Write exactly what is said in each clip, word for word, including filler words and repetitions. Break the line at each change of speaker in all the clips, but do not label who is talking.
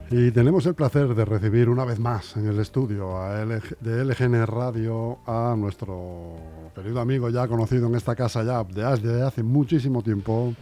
Y tenemos el placer de recibir una vez más en el estudio a L G, de L G N Radio a nuestro querido amigo ya conocido en esta casa ya desde hace muchísimo tiempo,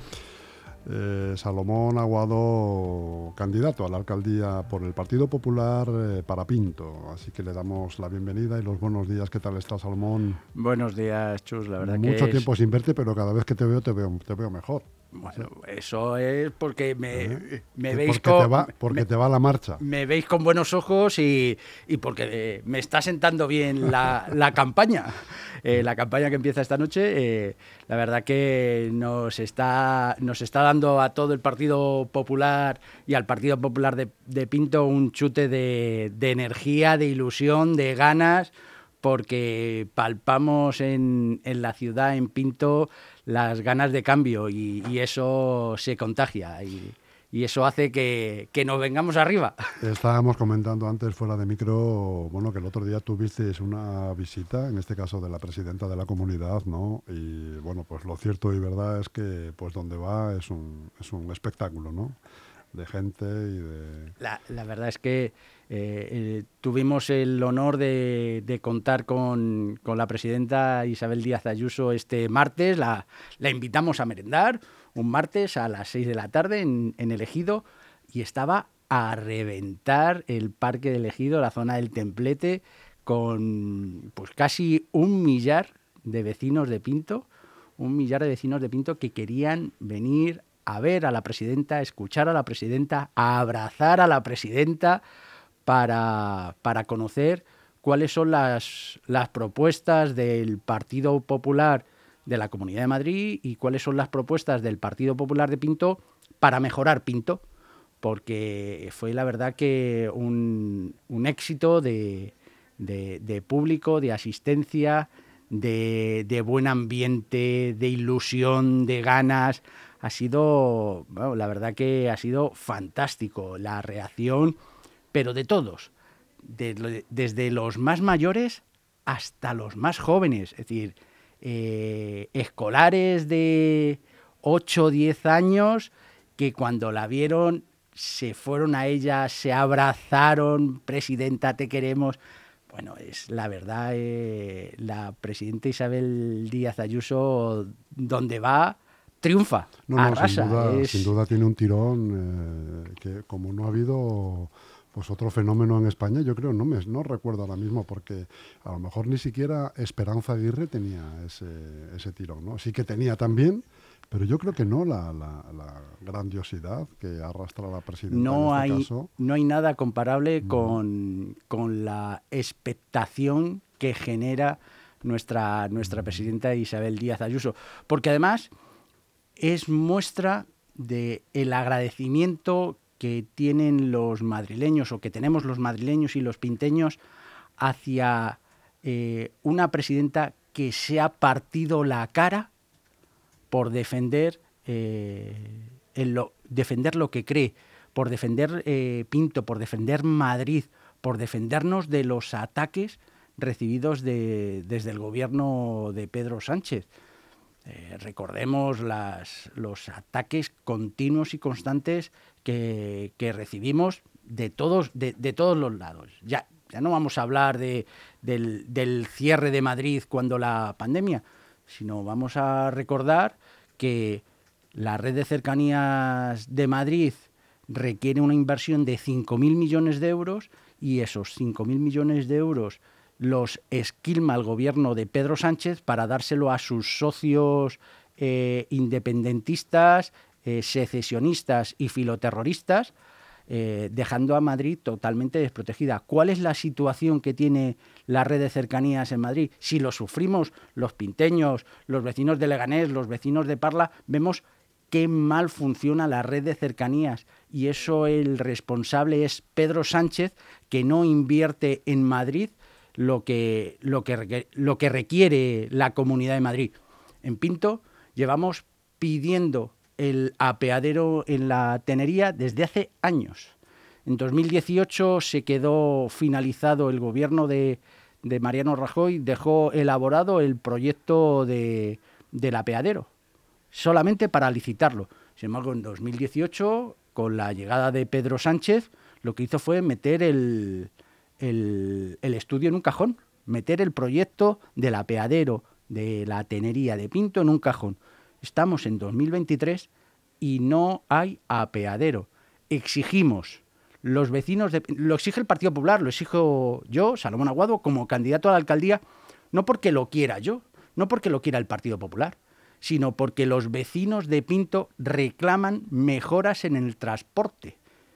eh, Salomón Aguado, candidato a la alcaldía por el Partido Popular eh, para Pinto. Así que le damos la bienvenida y los buenos días. ¿Qué tal está, Salomón?
Buenos días, Chus. La verdad
Mucho
que
tiempo
es...
sin verte, pero cada vez que te veo te veo, te veo mejor.
Bueno, eso es porque me,
¿Eh?
me veis
porque te
con...
va, porque
me,
te va la marcha.
me veis con buenos ojos y, y porque me está sentando bien la, la campaña. Eh, la campaña que empieza esta noche, eh, la verdad que nos está, nos está dando a todo el Partido Popular y al Partido Popular de, de Pinto un chute de, de energía, de ilusión, de ganas, porque palpamos en, en la ciudad, en Pinto, las ganas de cambio y, y eso se contagia y, y eso hace que, que nos vengamos arriba.
Estábamos comentando antes fuera de micro, bueno, que el otro día tuviste una visita, en este caso de la presidenta de la comunidad, ¿no? Y bueno, pues lo cierto y verdad es que pues donde va es un, es un espectáculo, ¿no? De gente y de...
La, la verdad es que eh, eh, tuvimos el honor de, de contar con, con la presidenta Isabel Díaz Ayuso este martes. La, la invitamos a merendar un martes a las seis de la tarde en, en El Ejido y estaba a reventar el parque del Ejido, la zona del Templete, con pues casi un millar de vecinos de Pinto, un millar de vecinos de Pinto que querían venir a ver a la presidenta, a escuchar a la presidenta, a abrazar a la presidenta para, para conocer cuáles son las, las propuestas del Partido Popular de la Comunidad de Madrid y cuáles son las propuestas del Partido Popular de Pinto para mejorar Pinto, porque fue la verdad que un, un éxito de, de, de público, de asistencia, de, de buen ambiente, de ilusión, de ganas. Ha sido, bueno, la verdad que ha sido fantástico la reacción, pero de todos, de, desde los más mayores hasta los más jóvenes, es decir, eh, escolares de ocho o diez años que cuando la vieron se fueron a ella, se abrazaron, presidenta, te queremos. Bueno, es la verdad, eh, la presidenta Isabel Díaz Ayuso, donde va, triunfa,
No, no, sin
arrasa.
duda, sin
Es...
duda tiene un tirón eh, que como no ha habido pues otro fenómeno en España, yo creo, no me no recuerdo ahora mismo, porque a lo mejor ni siquiera Esperanza Aguirre tenía ese, ese tirón, ¿no? Sí que tenía también, pero yo creo que no la, la, la grandiosidad que arrastra la presidenta en
No
este
hay,
caso.
no hay nada comparable
No.
con, con la expectación que genera nuestra, nuestra presidenta Isabel Díaz Ayuso, porque además es muestra del agradecimiento que tienen los madrileños o que tenemos los madrileños y los pinteños hacia eh, una presidenta que se ha partido la cara por defender, eh, el lo, defender lo que cree, por defender eh, Pinto, por defender Madrid, por defendernos de los ataques recibidos de, desde el gobierno de Pedro Sánchez. Eh, recordemos las, los ataques continuos y constantes que, que recibimos de todos, de, de todos los lados. Ya, ya no vamos a hablar de, del, del cierre de Madrid cuando la pandemia, sino vamos a recordar que la red de cercanías de Madrid requiere una inversión de cinco mil millones de euros y esos cinco mil millones de euros los esquilma el gobierno de Pedro Sánchez para dárselo a sus socios eh, independentistas, eh, secesionistas y filoterroristas, eh, dejando a Madrid totalmente desprotegida. ¿Cuál es la situación que tiene la red de cercanías en Madrid? Si lo sufrimos los pinteños, los vecinos de Leganés, los vecinos de Parla, vemos qué mal funciona la red de cercanías y eso el responsable es Pedro Sánchez, que no invierte en Madrid lo que, lo que, lo que requiere la Comunidad de Madrid. En Pinto llevamos pidiendo el apeadero en la Tenería desde hace años. En dos mil dieciocho se quedó finalizado el gobierno de, de Mariano Rajoy, dejó elaborado el proyecto de, del apeadero, solamente para licitarlo. Sin embargo, en dos mil dieciocho, con la llegada de Pedro Sánchez, lo que hizo fue meter el, el, el estudio en un cajón, meter el proyecto del apeadero de la tenería de Pinto en un cajón. Estamos en dos mil veintitrés y no hay apeadero. Exigimos, los vecinos, de, lo exige el Partido Popular, lo exijo yo, Salomón Aguado, como candidato a la alcaldía, no porque lo quiera yo, no porque lo quiera el Partido Popular, sino porque los vecinos de Pinto reclaman mejoras en el transporte.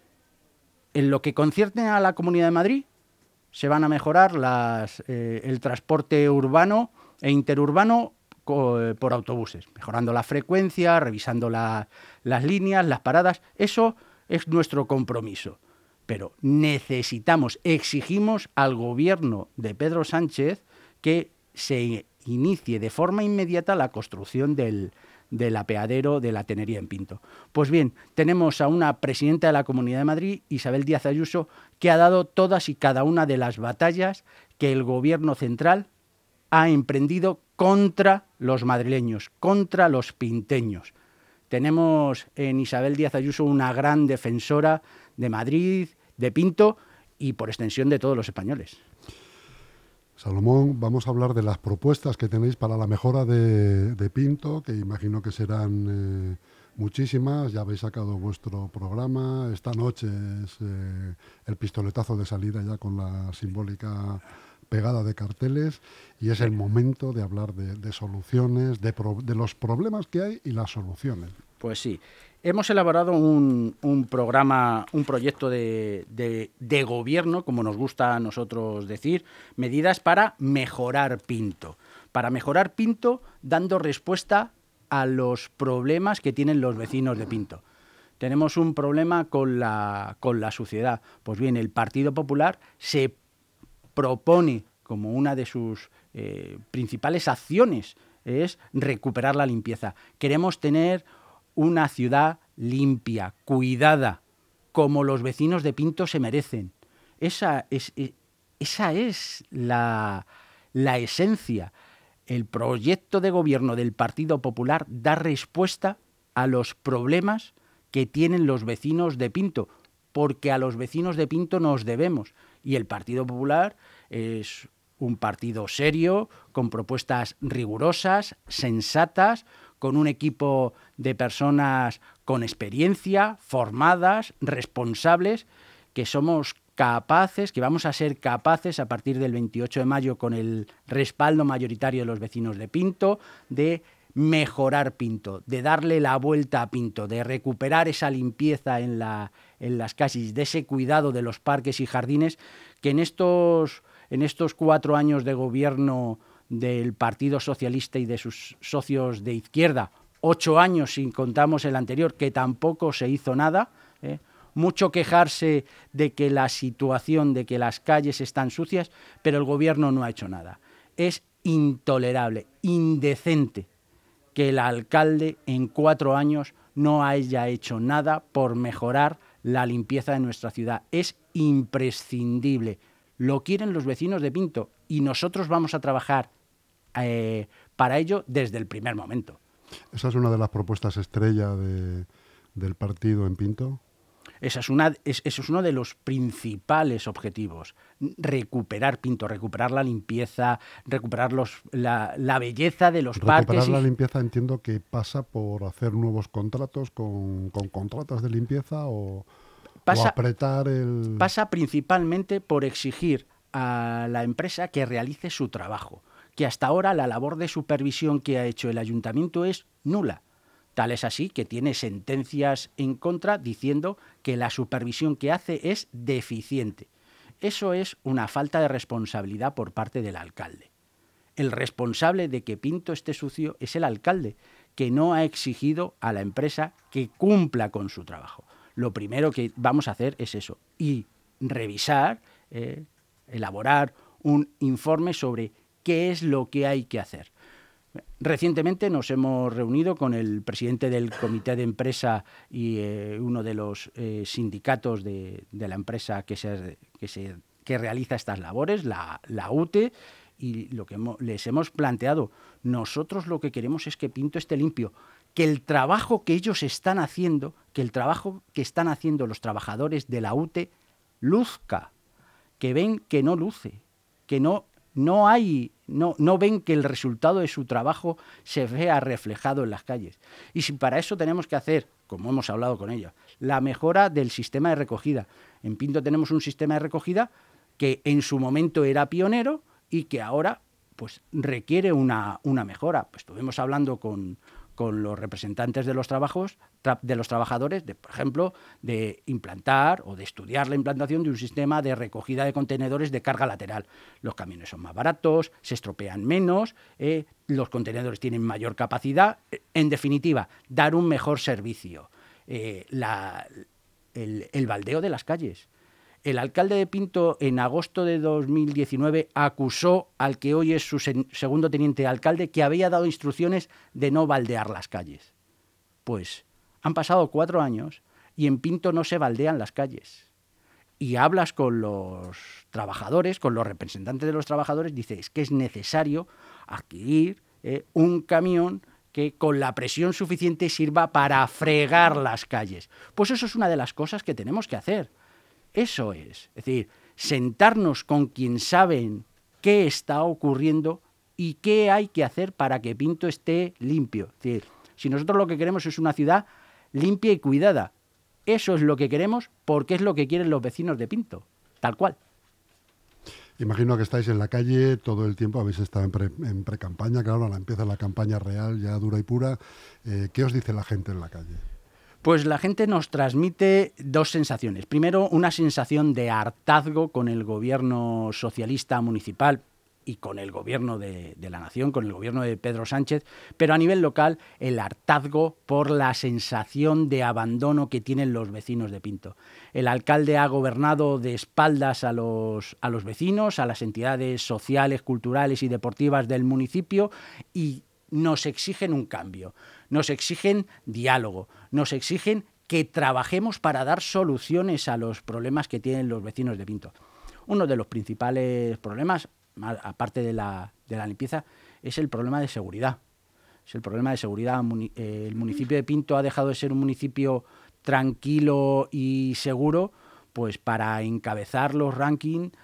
En lo que concierne a la Comunidad de Madrid, se van a mejorar las, eh, el transporte urbano e interurbano co, eh, por autobuses, mejorando la frecuencia, revisando la, las líneas, las paradas. Eso es nuestro compromiso. Pero necesitamos, exigimos al gobierno de Pedro Sánchez que se inicie de forma inmediata la construcción del, del apeadero de la tenería en Pinto. Pues bien, tenemos a una presidenta de la Comunidad de Madrid, Isabel Díaz Ayuso, que ha dado todas y cada una de las batallas que el gobierno central ha emprendido contra los madrileños, contra los pinteños. Tenemos en Isabel Díaz Ayuso una gran defensora de Madrid, de Pinto y por extensión de todos los españoles.
Salomón, vamos a hablar de las propuestas que tenéis para la mejora de, de Pinto, que imagino que serán eh, muchísimas. Ya habéis sacado vuestro programa. Esta noche es eh, el pistoletazo de salida ya con la simbólica pegada de carteles y es el momento de hablar de, de soluciones, de, pro, de los problemas que hay y las soluciones.
Pues sí. Hemos elaborado un, un programa, un proyecto de, de, de gobierno, como nos gusta a nosotros decir, medidas para mejorar Pinto. Para mejorar Pinto dando respuesta a los problemas que tienen los vecinos de Pinto. Tenemos un problema con la, con la suciedad. Pues bien, el Partido Popular se propone como una de sus eh, principales acciones es recuperar la limpieza. Queremos tener una ciudad limpia, cuidada, como los vecinos de Pinto se merecen. Esa es, esa es la, la esencia. El proyecto de gobierno del Partido Popular da respuesta a los problemas que tienen los vecinos de Pinto, porque a los vecinos de Pinto nos debemos. Y el Partido Popular es un partido serio, con propuestas rigurosas, sensatas, con un equipo de personas con experiencia, formadas, responsables, que somos capaces, que vamos a ser capaces a partir del veintiocho de mayo con el respaldo mayoritario de los vecinos de Pinto, de mejorar Pinto, de darle la vuelta a Pinto, de recuperar esa limpieza en, la, en las calles, de ese cuidado de los parques y jardines que en estos, en estos cuatro años de gobierno del Partido Socialista y de sus socios de izquierda, ocho años si contamos el anterior, que tampoco se hizo nada, ¿eh? Mucho quejarse de que la situación, de que las calles están sucias, pero el gobierno no ha hecho nada. Es intolerable, indecente que el alcalde en cuatro años no haya hecho nada por mejorar la limpieza de nuestra ciudad. Es imprescindible. Lo quieren los vecinos de Pinto y nosotros vamos a trabajar eh, para ello desde el primer momento.
¿Esa es una de las propuestas estrella de, del partido en Pinto?
Esa es una, es, eso es uno de los principales objetivos. Recuperar Pinto, recuperar la limpieza, recuperar los, la, la belleza de los
recuperar
parques.
Recuperar la
y...
limpieza entiendo que pasa por hacer nuevos contratos con, con contratas de limpieza o,
pasa,
o apretar el...
Pasa principalmente por exigir a la empresa que realice su trabajo, que hasta ahora la labor de supervisión que ha hecho el ayuntamiento es nula. Tal es así que tiene sentencias en contra diciendo que la supervisión que hace es deficiente. Eso es una falta de responsabilidad por parte del alcalde. El responsable de que Pinto esté sucio es el alcalde, que no ha exigido a la empresa que cumpla con su trabajo. Lo primero que vamos a hacer es eso, y revisar, eh, elaborar un informe sobre qué es lo que hay que hacer. Recientemente nos hemos reunido con el presidente del comité de empresa y eh, uno de los eh, sindicatos de, de la empresa que, se, que, se, que realiza estas labores, la, la U T E, y lo que hemos, les hemos planteado, nosotros lo que queremos es que Pinto esté limpio, que el trabajo que ellos están haciendo, que el trabajo que están haciendo los trabajadores de la U T E luzca, que ven que no luce, que no, no hay, no, no ven que el resultado de su trabajo se vea reflejado en las calles. Y si para eso tenemos que hacer, como hemos hablado con ella, la mejora del sistema de recogida. En Pinto tenemos un sistema de recogida que en su momento era pionero y que ahora pues requiere una, una mejora. Pues estuvimos hablando con, con los representantes de los trabajos, tra, de los trabajadores, de, por ejemplo, de implantar o de estudiar la implantación de un sistema de recogida de contenedores de carga lateral. Los camiones son más baratos, se estropean menos, eh, los contenedores tienen mayor capacidad. En definitiva, dar un mejor servicio. Eh, la, el, el baldeo de las calles. El alcalde de Pinto, en agosto de dos mil diecinueve, acusó al que hoy es su segundo teniente alcalde que había dado instrucciones de no baldear las calles. Pues han pasado cuatro años y en Pinto no se baldean las calles. Y hablas con los trabajadores, con los representantes de los trabajadores, dices que es necesario adquirir eh, un camión que con la presión suficiente sirva para fregar las calles. Pues eso es una de las cosas que tenemos que hacer. Eso es, es decir, sentarnos con quien saben qué está ocurriendo y qué hay que hacer para que Pinto esté limpio. Es decir, si nosotros lo que queremos es una ciudad limpia y cuidada, eso es lo que queremos porque es lo que quieren los vecinos de Pinto, tal cual.
Imagino que estáis en la calle todo el tiempo, habéis estado en, pre, en pre-campaña, claro, ahora empieza la campaña real, ya dura y pura. Eh, ¿Qué os dice la gente en la calle?
Pues la gente nos transmite dos sensaciones. Primero, una sensación de hartazgo con el gobierno socialista municipal y con el gobierno de, de la nación, con el gobierno de Pedro Sánchez, pero a nivel local el hartazgo por la sensación de abandono que tienen los vecinos de Pinto. El alcalde ha gobernado de espaldas a los, a los vecinos, a las entidades sociales, culturales y deportivas del municipio y nos exigen un cambio, nos exigen diálogo, nos exigen que trabajemos para dar soluciones a los problemas que tienen los vecinos de Pinto. Uno de los principales problemas, aparte de la, de la limpieza, es el problema de seguridad. Es el problema de seguridad. El municipio de Pinto ha dejado de ser un municipio tranquilo y seguro pues para encabezar los rankings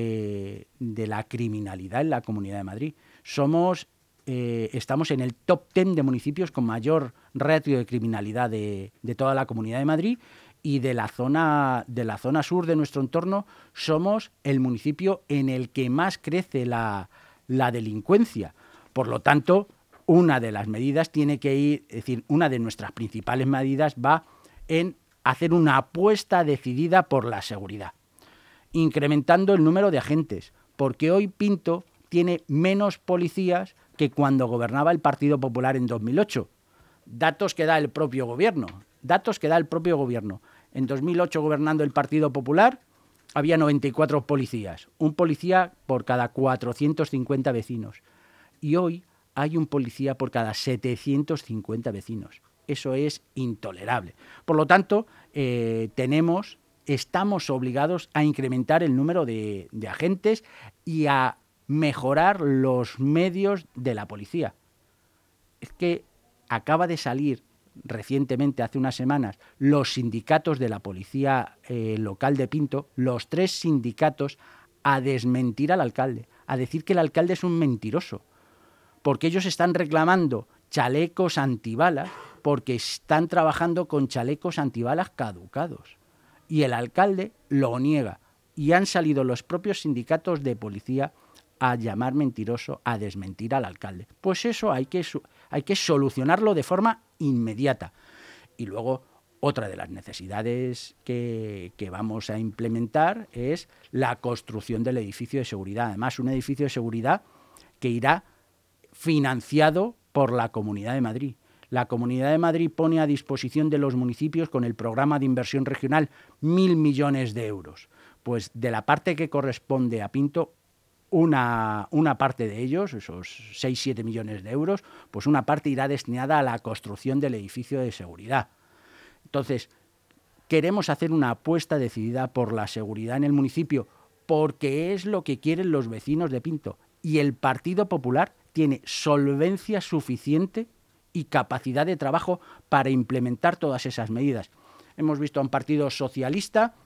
de, de la criminalidad en la Comunidad de Madrid. Somos... Eh, estamos en el top diez de municipios con mayor ratio de criminalidad de, de toda la Comunidad de Madrid y de la zona de la zona sur de nuestro entorno somos el municipio en el que más crece la, la delincuencia. Por lo tanto, una de las medidas tiene que ir, es decir, una de nuestras principales medidas va en hacer una apuesta decidida por la seguridad, incrementando el número de agentes, porque hoy Pinto tiene menos policías que cuando gobernaba el Partido Popular en dos mil ocho. Datos que da el propio gobierno. Datos que da el propio gobierno. En dos mil ocho, gobernando el Partido Popular, había noventa y cuatro policías. Un policía por cada cuatrocientos cincuenta vecinos. Y hoy hay un policía por cada setecientos cincuenta vecinos. Eso es intolerable. Por lo tanto, eh, tenemos, estamos obligados a incrementar el número de, de agentes y a mejorar los medios de la policía. Es que acaba de salir recientemente, hace unas semanas, los sindicatos de la policía eh, local de Pinto, los tres sindicatos, a desmentir al alcalde, a decir que el alcalde es un mentiroso, porque ellos están reclamando chalecos antibalas, porque están trabajando con chalecos antibalas caducados. Y el alcalde lo niega. Y han salido los propios sindicatos de policía a llamar mentiroso, a desmentir al alcalde. Pues eso hay que, hay que solucionarlo de forma inmediata. Y luego, otra de las necesidades que, que vamos a implementar es la construcción del edificio de seguridad. Además, un edificio de seguridad que irá financiado por la Comunidad de Madrid. La Comunidad de Madrid pone a disposición de los municipios con el programa de inversión regional mil millones de euros. Pues de la parte que corresponde a Pinto, Una, una parte de ellos, esos seis siete millones de euros, pues una parte irá destinada a la construcción del edificio de seguridad. Entonces, queremos hacer una apuesta decidida por la seguridad en el municipio, porque es lo que quieren los vecinos de Pinto. Y el Partido Popular tiene solvencia suficiente y capacidad de trabajo para implementar todas esas medidas. Hemos visto a un partido socialista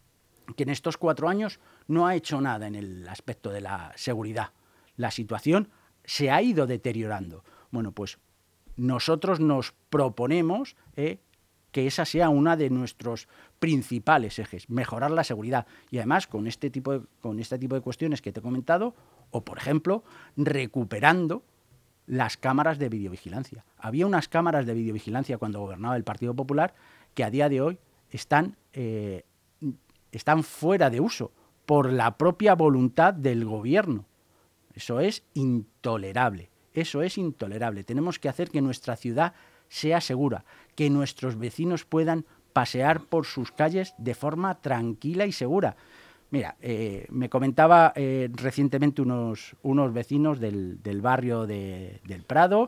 que en estos cuatro años no ha hecho nada en el aspecto de la seguridad. La situación se ha ido deteriorando. Bueno, pues nosotros nos proponemos eh, que esa sea una de nuestros principales ejes, mejorar la seguridad. Y además, con este tipo de, con este tipo de cuestiones que te he comentado, o por ejemplo, recuperando las cámaras de videovigilancia. Había unas cámaras de videovigilancia cuando gobernaba el Partido Popular que a día de hoy están, eh, están fuera de uso por la propia voluntad del gobierno. Eso es intolerable, eso es intolerable. Tenemos que hacer que nuestra ciudad sea segura, que nuestros vecinos puedan pasear por sus calles de forma tranquila y segura. Mira, eh, me comentaba eh, recientemente unos, unos vecinos del, del barrio de, del Prado,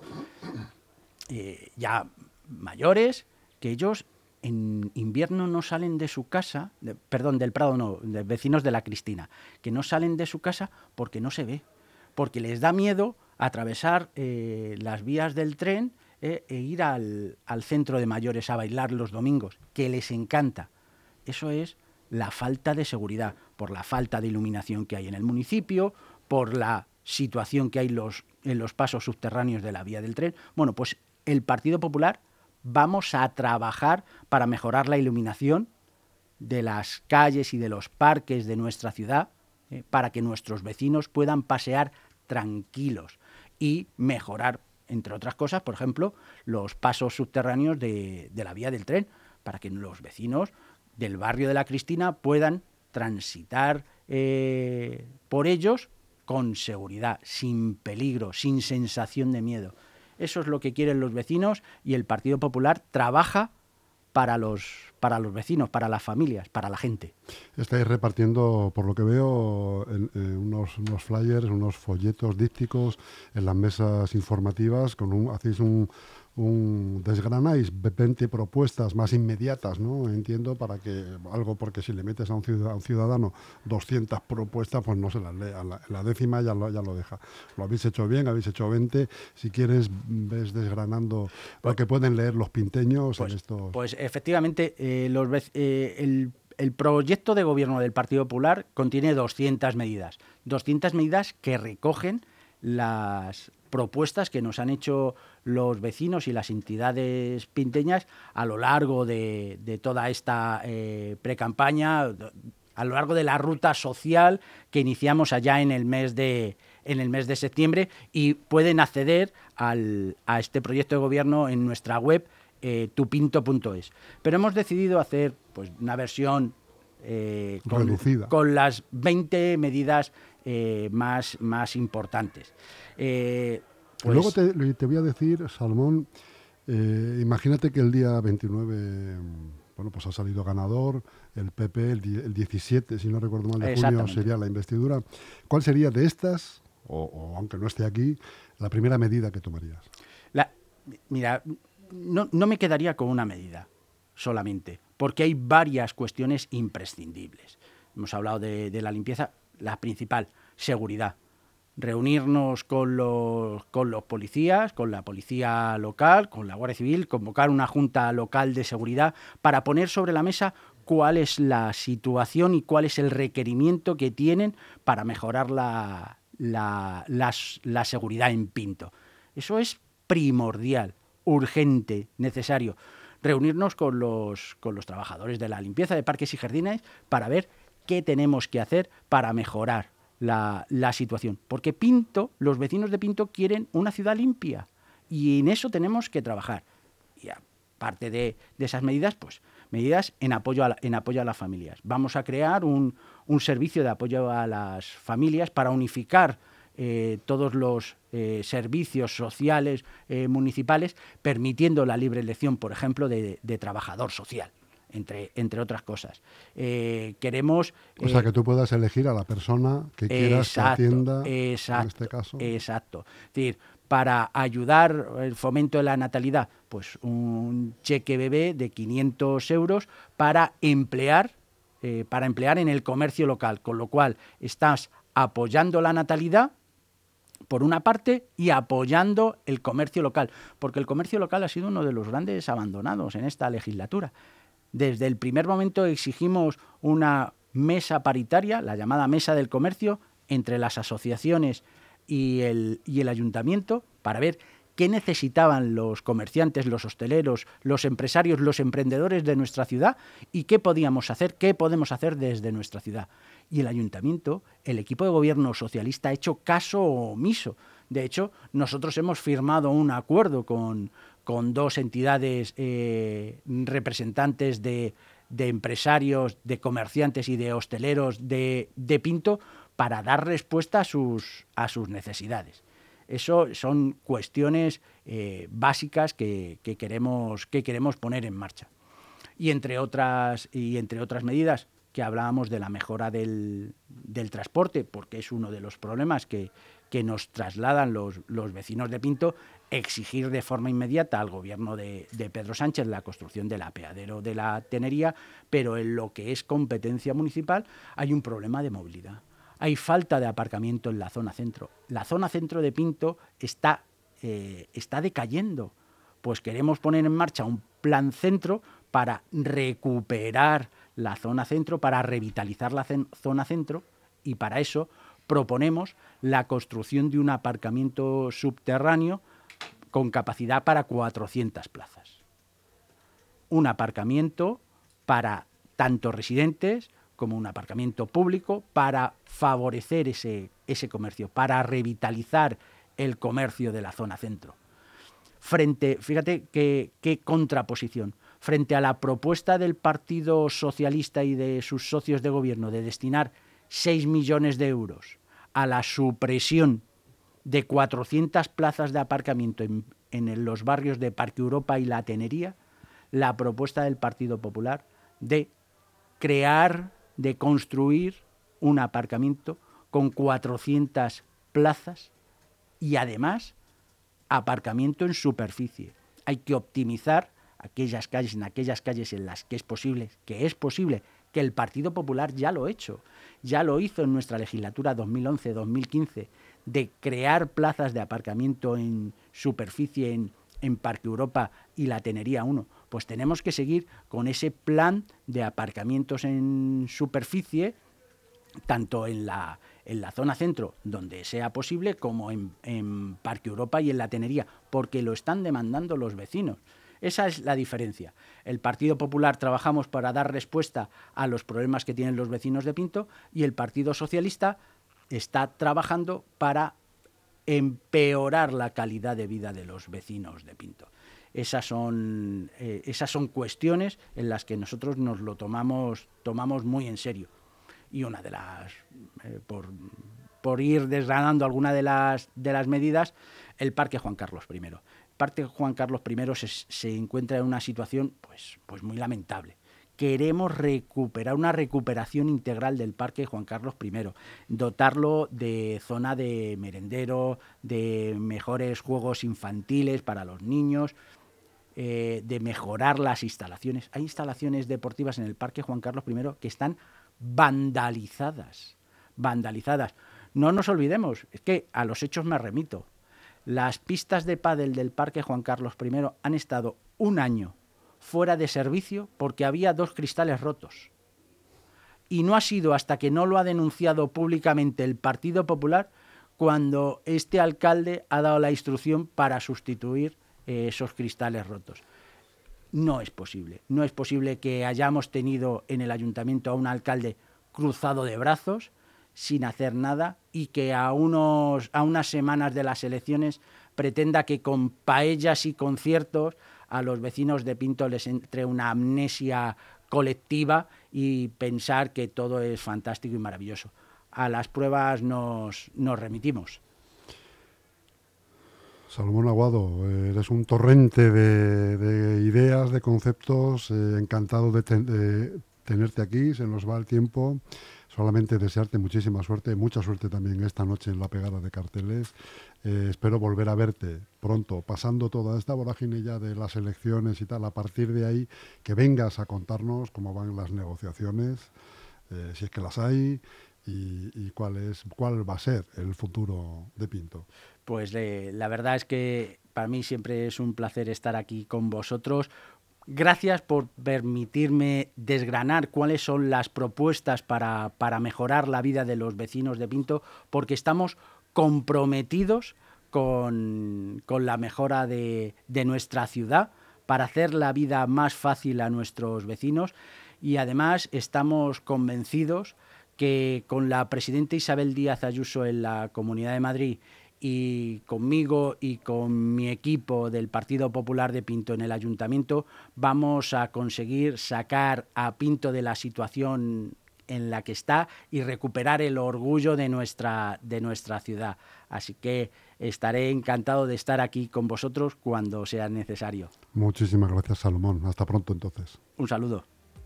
eh, ya mayores, que ellos en invierno no salen de su casa, de, perdón, del Prado no, de vecinos de la Cristina, que no salen de su casa porque no se ve, porque les da miedo atravesar eh, las vías del tren eh, e ir al, al centro de mayores a bailar los domingos, que les encanta. Eso es la falta de seguridad, por la falta de iluminación que hay en el municipio, por la situación que hay los, en los pasos subterráneos de la vía del tren. Bueno, pues el Partido Popular vamos a trabajar para mejorar la iluminación de las calles y de los parques de nuestra ciudad, eh, para que nuestros vecinos puedan pasear tranquilos y mejorar, entre otras cosas, por ejemplo, los pasos subterráneos de, de la vía del tren, para que los vecinos del barrio de la Cristina puedan transitar eh, por ellos con seguridad, sin peligro, sin sensación de miedo. Eso es lo que quieren los vecinos y el Partido Popular trabaja para los, para los vecinos, para las familias, para la gente.
Estáis repartiendo, por lo que veo, en, en unos, unos flyers, unos folletos dípticos en las mesas informativas, con un, hacéis un, un desgranáis veinte propuestas más inmediatas, ¿no? Entiendo, para que algo, porque si le metes a un ciudadano, a un ciudadano doscientas propuestas, pues no se las lee. A la, la décima ya lo, ya lo deja. Lo habéis hecho bien, habéis hecho veinte. Si quieres, ves desgranando lo que pueden leer los pinteños
pues,
en estos...
Pues efectivamente, eh, los, eh, el, el proyecto de gobierno del Partido Popular contiene doscientas medidas. doscientas medidas que recogen las propuestas que nos han hecho los vecinos y las entidades pinteñas a lo largo de, de toda esta eh, precampaña, a lo largo de la ruta social que iniciamos allá en el mes de, en el mes de septiembre, y pueden acceder al, a este proyecto de gobierno en nuestra web eh, tupinto punto es. Pero hemos decidido hacer pues una versión eh, con,
reducida,
con las veinte medidas eh, más, más importantes. Eh,
pues... Luego te, te voy a decir, Salmón, eh, imagínate que el día veintinueve, bueno, pues ha salido ganador el P P, el, el diecisiete, si no recuerdo mal, de junio sería la investidura. ¿Cuál sería de estas, o, o aunque no esté aquí, la primera medida que tomarías?
La, mira, no, no me quedaría con una medida solamente, porque hay varias cuestiones imprescindibles. Hemos hablado de, de la limpieza, la principal, seguridad. Reunirnos con los, con los policías, con la policía local, con la Guardia Civil, convocar una junta local de seguridad para poner sobre la mesa cuál es la situación y cuál es el requerimiento que tienen para mejorar la, la, la, la seguridad en Pinto. Eso es primordial, urgente, necesario. Reunirnos con los, con los trabajadores de la limpieza de parques y jardines para ver qué tenemos que hacer para mejorar La, la situación, porque Pinto, los vecinos de Pinto quieren una ciudad limpia y en eso tenemos que trabajar. Y aparte de, de esas medidas, pues medidas en apoyo a, la, en apoyo a las familias. Vamos a crear un, un servicio de apoyo a las familias para unificar eh, todos los eh, servicios sociales eh, municipales, permitiendo la libre elección, por ejemplo, de, de trabajador social. Entre, entre otras cosas. Eh, queremos...
Eh, o sea, que tú puedas elegir a la persona que quieras
exacto,
que atienda,
exacto,
en este caso.
Exacto. Es decir, para ayudar el fomento de la natalidad, pues un cheque bebé de quinientos euros para emplear, eh, para emplear en el comercio local, con lo cual estás apoyando la natalidad, por una parte, y apoyando el comercio local, porque el comercio local ha sido uno de los grandes abandonados en esta legislatura. Desde el primer momento exigimos una, mesa paritaria, la llamada mesa del comercio, entre las asociaciones y el, y el ayuntamiento, para ver qué necesitaban los comerciantes, los hosteleros, los empresarios, los emprendedores de nuestra ciudad y qué podíamos hacer, qué podemos hacer desde nuestra ciudad. Y el ayuntamiento, el equipo de gobierno socialista ha hecho caso omiso. De hecho, nosotros hemos firmado un acuerdo con, con dos entidades eh, representantes de, de empresarios, de comerciantes y de hosteleros de, de Pinto para dar respuesta a sus, a sus necesidades. Eso son cuestiones eh, básicas que, que, queremos, que queremos poner en marcha. Y entre otras, y entre otras medidas, que hablábamos de la mejora del, del transporte, porque es uno de los problemas que, que nos trasladan los, los vecinos de Pinto, exigir de forma inmediata al gobierno de, de Pedro Sánchez la construcción del apeadero de la Tenería, pero en lo que es competencia municipal hay un problema de movilidad. Hay falta de aparcamiento en la zona centro. La zona centro de Pinto está, eh, está decayendo. Pues queremos poner en marcha un plan centro para recuperar la zona centro, para revitalizar la zona centro, y para eso proponemos la construcción de un aparcamiento subterráneo con capacidad para cuatrocientas plazas. Un aparcamiento para tanto residentes como un aparcamiento público para favorecer ese, ese comercio, para revitalizar el comercio de la zona centro. Frente, fíjate qué, qué contraposición, frente a la propuesta del Partido Socialista y de sus socios de gobierno de destinar seis millones de euros a la supresión de cuatrocientas plazas de aparcamiento en, en los barrios de Parque Europa y La Tenería, la propuesta del Partido Popular de crear, de construir un aparcamiento con cuatrocientas plazas y además aparcamiento en superficie. Hay que optimizar aquellas calles, en aquellas calles en las que es posible, que es posible, que el Partido Popular ya lo ha hecho, ya lo hizo en nuestra legislatura dos mil once dos mil quince, de crear plazas de aparcamiento en superficie en, en Parque Europa y La Tenería uno. Pues tenemos que seguir con ese plan de aparcamientos en superficie, tanto en la, en la zona centro, donde sea posible, como en, en Parque Europa y en La Tenería, porque lo están demandando los vecinos. Esa es la diferencia. El Partido Popular trabajamos para dar respuesta a los problemas que tienen los vecinos de Pinto y el Partido Socialista está trabajando para empeorar la calidad de vida de los vecinos de Pinto. Esas son, eh, esas son cuestiones en las que nosotros nos lo tomamos, tomamos muy en serio. Y una de las, eh, por, por ir desgranando alguna de las, de las medidas, el Parque Juan Carlos primero. El Parque Juan Carlos primero se, se encuentra en una situación pues, pues muy lamentable. Queremos recuperar una recuperación integral del Parque Juan Carlos primero, dotarlo de zona de merendero, de mejores juegos infantiles para los niños, eh, de mejorar las instalaciones. Hay instalaciones deportivas en el Parque Juan Carlos primero que están vandalizadas, vandalizadas. No nos olvidemos, es que a los hechos me remito. Las pistas de pádel del Parque Juan Carlos primero han estado un año fuera de servicio porque había dos cristales rotos. Y no ha sido hasta que no lo ha denunciado públicamente el Partido Popular cuando este alcalde ha dado la instrucción para sustituir eh, esos cristales rotos. No es posible. No es posible que hayamos tenido en el ayuntamiento a un alcalde cruzado de brazos, sin hacer nada, y que a, unos, a unas semanas de las elecciones pretenda que con paellas y conciertos a los vecinos de Pinto les entre una amnesia colectiva y pensar que todo es fantástico y maravilloso. A las pruebas nos, nos remitimos.
Salomón Aguado, eres un torrente de, de ideas, de conceptos, eh, encantado de, ten, de tenerte aquí, se nos va el tiempo. Solamente desearte muchísima suerte, mucha suerte también esta noche en la pegada de carteles. Eh, espero volver a verte pronto, pasando toda esta vorágine ya de las elecciones y tal. A partir de ahí, que vengas a contarnos cómo van las negociaciones, eh, si es que las hay, y, y cuál es, cuál va a ser el futuro de Pinto.
Pues eh, la verdad es que para mí siempre es un placer estar aquí con vosotros. Gracias por permitirme desgranar cuáles son las propuestas para, para mejorar la vida de los vecinos de Pinto, porque estamos comprometidos con, con la mejora de, de nuestra ciudad, para hacer la vida más fácil a nuestros vecinos, y además estamos convencidos que con la presidenta Isabel Díaz Ayuso en la Comunidad de Madrid y conmigo y con mi equipo del Partido Popular de Pinto en el Ayuntamiento vamos a conseguir sacar a Pinto de la situación en la que está y recuperar el orgullo de nuestra, de nuestra ciudad. Así que estaré encantado de estar aquí con vosotros cuando sea necesario.
Muchísimas gracias, Salomón. Hasta pronto, entonces.
Un saludo.